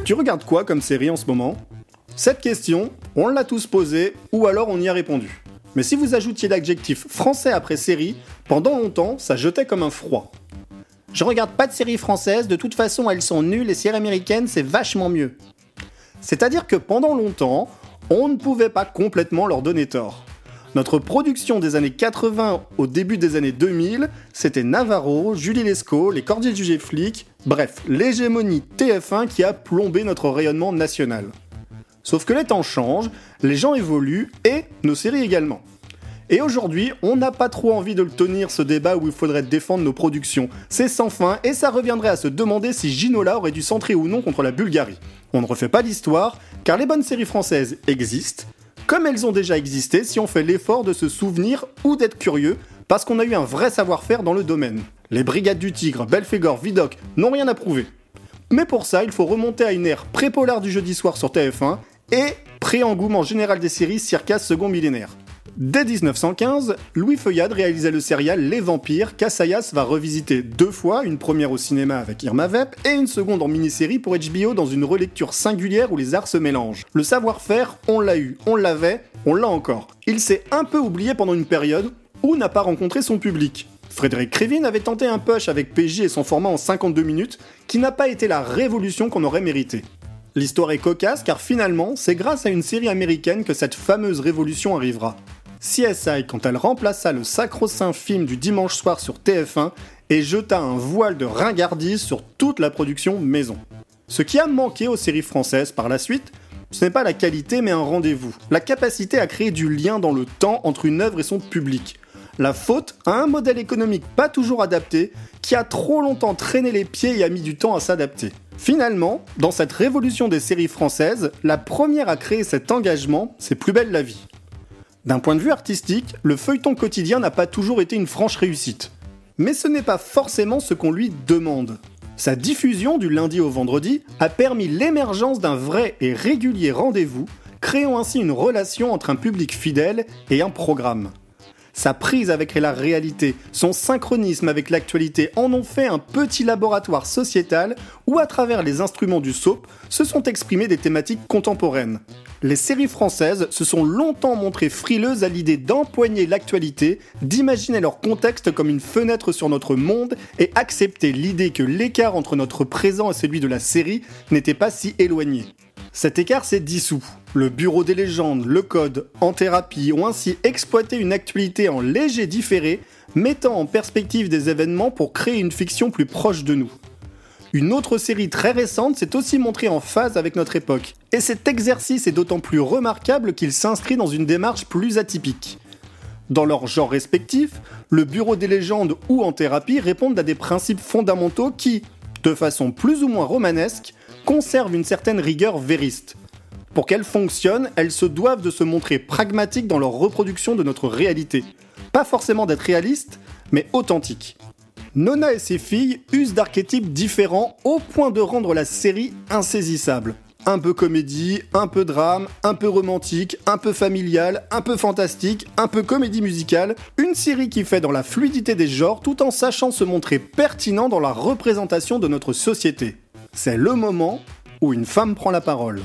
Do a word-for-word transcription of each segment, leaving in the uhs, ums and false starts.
Tu regardes quoi comme série en ce moment ? Cette question, on l'a tous posée, ou alors on y a répondu. Mais si vous ajoutiez l'adjectif français après série, pendant longtemps, ça jetait comme un froid. Je regarde pas de séries françaises, de toute façon elles sont nulles, les séries américaines c'est vachement mieux. C'est-à-dire que pendant longtemps, on ne pouvait pas complètement leur donner tort. Notre production des années quatre-vingts au début des années deux mille, c'était Navarro, Julie Lescaut, les Cordiers jugés flics, bref, l'hégémonie T F un qui a plombé notre rayonnement national. Sauf que les temps changent, les gens évoluent, et nos séries également. Et aujourd'hui, on n'a pas trop envie de le tenir ce débat où il faudrait défendre nos productions. C'est sans fin, et ça reviendrait à se demander si Ginola aurait dû centrer ou non contre la Bulgarie. On ne refait pas l'histoire, car les bonnes séries françaises existent, comme elles ont déjà existé si on fait l'effort de se souvenir ou d'être curieux, parce qu'on a eu un vrai savoir-faire dans le domaine. Les Brigades du Tigre, Belphégor, Vidocq n'ont rien à prouver. Mais pour ça, il faut remonter à une ère pré-polar du jeudi soir sur T F un et pré-engouement général des séries circa second millénaire. Dès dix-neuf cent quinze, Louis Feuillade réalisait le serial Les Vampires qu'Assayas va revisiter deux fois, une première au cinéma avec Irma Vep et une seconde en mini-série pour H B O dans une relecture singulière où les arts se mélangent. Le savoir-faire, on l'a eu, on l'avait, on l'a encore. Il s'est un peu oublié pendant une période où n'a pas rencontré son public. Frédéric Krivine avait tenté un push avec P J et son format en cinquante-deux minutes qui n'a pas été la révolution qu'on aurait mérité. L'histoire est cocasse car finalement, c'est grâce à une série américaine que cette fameuse révolution arrivera. C S I quand elle remplaça le sacro-saint film du dimanche soir sur T F un et jeta un voile de ringardise sur toute la production maison. Ce qui a manqué aux séries françaises par la suite, ce n'est pas la qualité mais un rendez-vous, la capacité à créer du lien dans le temps entre une œuvre et son public. La faute à un modèle économique pas toujours adapté qui a trop longtemps traîné les pieds et a mis du temps à s'adapter. Finalement, dans cette révolution des séries françaises, la première à créer cet engagement, c'est Plus belle la vie. D'un point de vue artistique, le feuilleton quotidien n'a pas toujours été une franche réussite. Mais ce n'est pas forcément ce qu'on lui demande. Sa diffusion du lundi au vendredi a permis l'émergence d'un vrai et régulier rendez-vous, créant ainsi une relation entre un public fidèle et un programme. Sa prise avec la réalité, son synchronisme avec l'actualité en ont fait un petit laboratoire sociétal où, à travers les instruments du soap, se sont exprimées des thématiques contemporaines. Les séries françaises se sont longtemps montrées frileuses à l'idée d'empoigner l'actualité, d'imaginer leur contexte comme une fenêtre sur notre monde et accepter l'idée que l'écart entre notre présent et celui de la série n'était pas si éloigné. Cet écart s'est dissous. Le Bureau des légendes, le Code, En thérapie ont ainsi exploité une actualité en léger différé, mettant en perspective des événements pour créer une fiction plus proche de nous. Une autre série très récente s'est aussi montrée en phase avec notre époque. Et cet exercice est d'autant plus remarquable qu'il s'inscrit dans une démarche plus atypique. Dans leur genre respectif, le Bureau des légendes ou En thérapie répondent à des principes fondamentaux qui, de façon plus ou moins romanesque, conservent une certaine rigueur vériste. Pour qu'elles fonctionnent, elles se doivent de se montrer pragmatiques dans leur reproduction de notre réalité. Pas forcément d'être réalistes, mais authentiques. Nona et ses filles usent d'archétypes différents au point de rendre la série insaisissable. Un peu comédie, un peu drame, un peu romantique, un peu familial, un peu fantastique, un peu comédie musicale. Une série qui fait dans la fluidité des genres tout en sachant se montrer pertinent dans la représentation de notre société. C'est le moment où une femme prend la parole.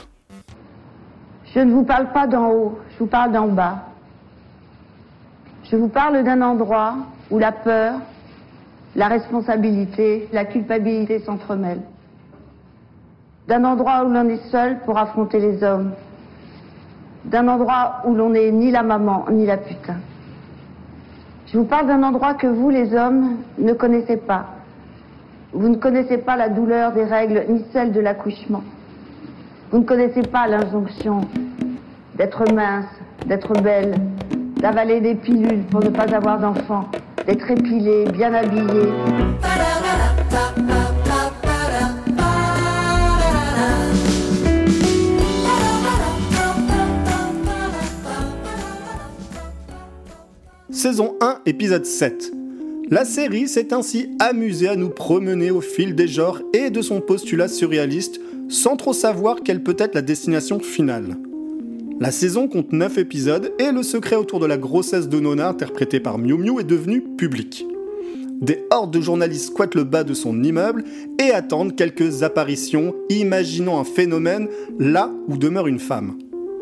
Je ne vous parle pas d'en haut, je vous parle d'en bas. Je vous parle d'un endroit où la peur, la responsabilité, la culpabilité s'entremêlent. D'un endroit où l'on est seul pour affronter les hommes. D'un endroit où l'on n'est ni la maman, ni la putain. Je vous parle d'un endroit que vous, les hommes, ne connaissez pas. Vous ne connaissez pas la douleur des règles, ni celle de l'accouchement. Vous ne connaissez pas l'injonction d'être mince, d'être belle, d'avaler des pilules pour ne pas avoir d'enfant, d'être épilée, bien habillée. Saison un, épisode sept. La série s'est ainsi amusée à nous promener au fil des genres et de son postulat surréaliste, sans trop savoir quelle peut être la destination finale. La saison compte neuf épisodes et le secret autour de la grossesse de Nona, interprétée par Miu Miu, est devenu public. Des hordes de journalistes squattent le bas de son immeuble et attendent quelques apparitions, imaginant un phénomène là où demeure une femme.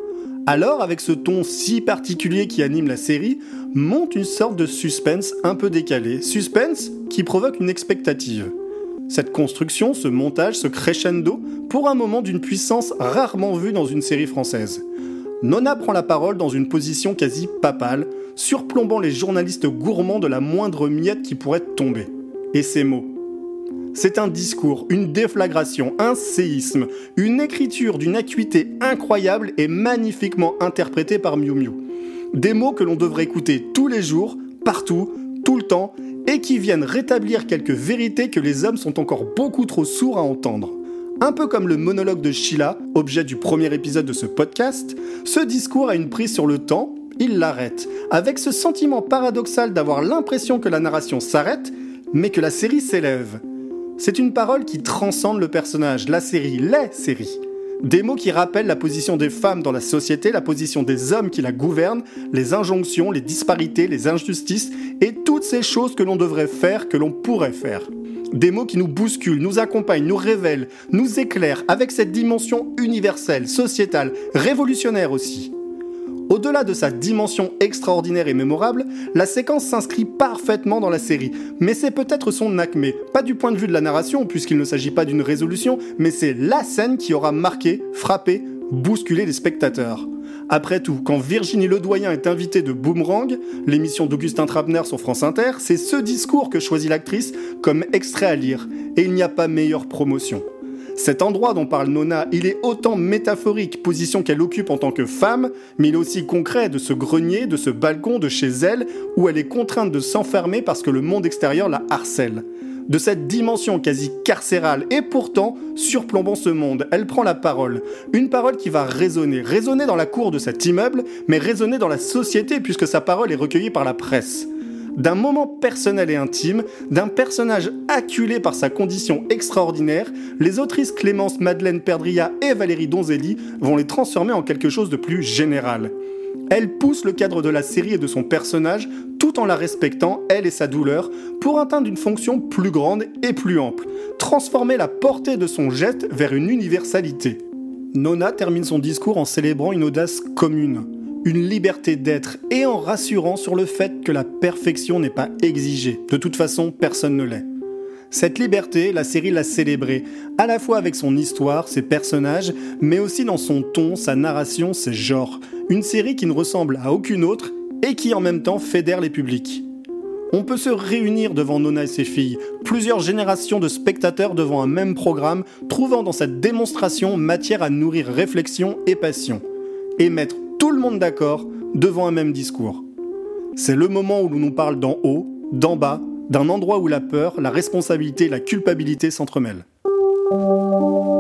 Alors, avec ce ton si particulier qui anime la série, monte une sorte de suspense un peu décalé. Suspense qui provoque une expectative. Cette construction, ce montage, ce crescendo, pour un moment d'une puissance rarement vue dans une série française. Nona prend la parole dans une position quasi papale, surplombant les journalistes gourmands de la moindre miette qui pourrait tomber. Et ces mots. C'est un discours, une déflagration, un séisme, une écriture d'une acuité incroyable et magnifiquement interprétée par Miu Miu. Des mots que l'on devrait écouter tous les jours, partout, tout le temps, et qui viennent rétablir quelques vérités que les hommes sont encore beaucoup trop sourds à entendre. Un peu comme le monologue de Sheila, objet du premier épisode de ce podcast, ce discours a une prise sur le temps, il l'arrête, avec ce sentiment paradoxal d'avoir l'impression que la narration s'arrête, mais que la série s'élève. C'est une parole qui transcende le personnage, la série, les séries. Des mots qui rappellent la position des femmes dans la société, la position des hommes qui la gouvernent, les injonctions, les disparités, les injustices et toutes ces choses que l'on devrait faire, que l'on pourrait faire. Des mots qui nous bousculent, nous accompagnent, nous révèlent, nous éclairent avec cette dimension universelle, sociétale, révolutionnaire aussi. Au-delà de sa dimension extraordinaire et mémorable, la séquence s'inscrit parfaitement dans la série. Mais c'est peut-être son acmé, pas du point de vue de la narration, puisqu'il ne s'agit pas d'une résolution, mais c'est la scène qui aura marqué, frappé, bousculé les spectateurs. Après tout, quand Virginie Ledoyen est invitée de Boomerang, l'émission d'Augustin Trapenard sur France Inter, c'est ce discours que choisit l'actrice comme extrait à lire. Et il n'y a pas meilleure promotion. Cet endroit dont parle Nona, il est autant métaphorique, position qu'elle occupe en tant que femme, mais il est aussi concret de ce grenier, de ce balcon de chez elle, où elle est contrainte de s'enfermer parce que le monde extérieur la harcèle. De cette dimension quasi carcérale et pourtant surplombant ce monde, elle prend la parole. Une parole qui va résonner, résonner dans la cour de cet immeuble, mais résonner dans la société puisque sa parole est recueillie par la presse. D'un moment personnel et intime, d'un personnage acculé par sa condition extraordinaire, les autrices Clémence Madeleine Perdria et Valérie Donzelli vont les transformer en quelque chose de plus général. Elle pousse le cadre de la série et de son personnage, tout en la respectant, elle et sa douleur, pour atteindre une fonction plus grande et plus ample, transformer la portée de son geste vers une universalité. Nona termine son discours en célébrant une audace commune, une liberté d'être et en rassurant sur le fait que la perfection n'est pas exigée. De toute façon, personne ne l'est. Cette liberté, la série l'a célébrée, à la fois avec son histoire, ses personnages, mais aussi dans son ton, sa narration, ses genres. Une série qui ne ressemble à aucune autre et qui en même temps fédère les publics. On peut se réunir devant Nona et ses filles, plusieurs générations de spectateurs devant un même programme, trouvant dans cette démonstration matière à nourrir réflexion et passion. Et mettre tout le monde d'accord devant un même discours. C'est le moment où l'on nous parle d'en haut, d'en bas, d'un endroit où la peur, la responsabilité et la culpabilité s'entremêlent.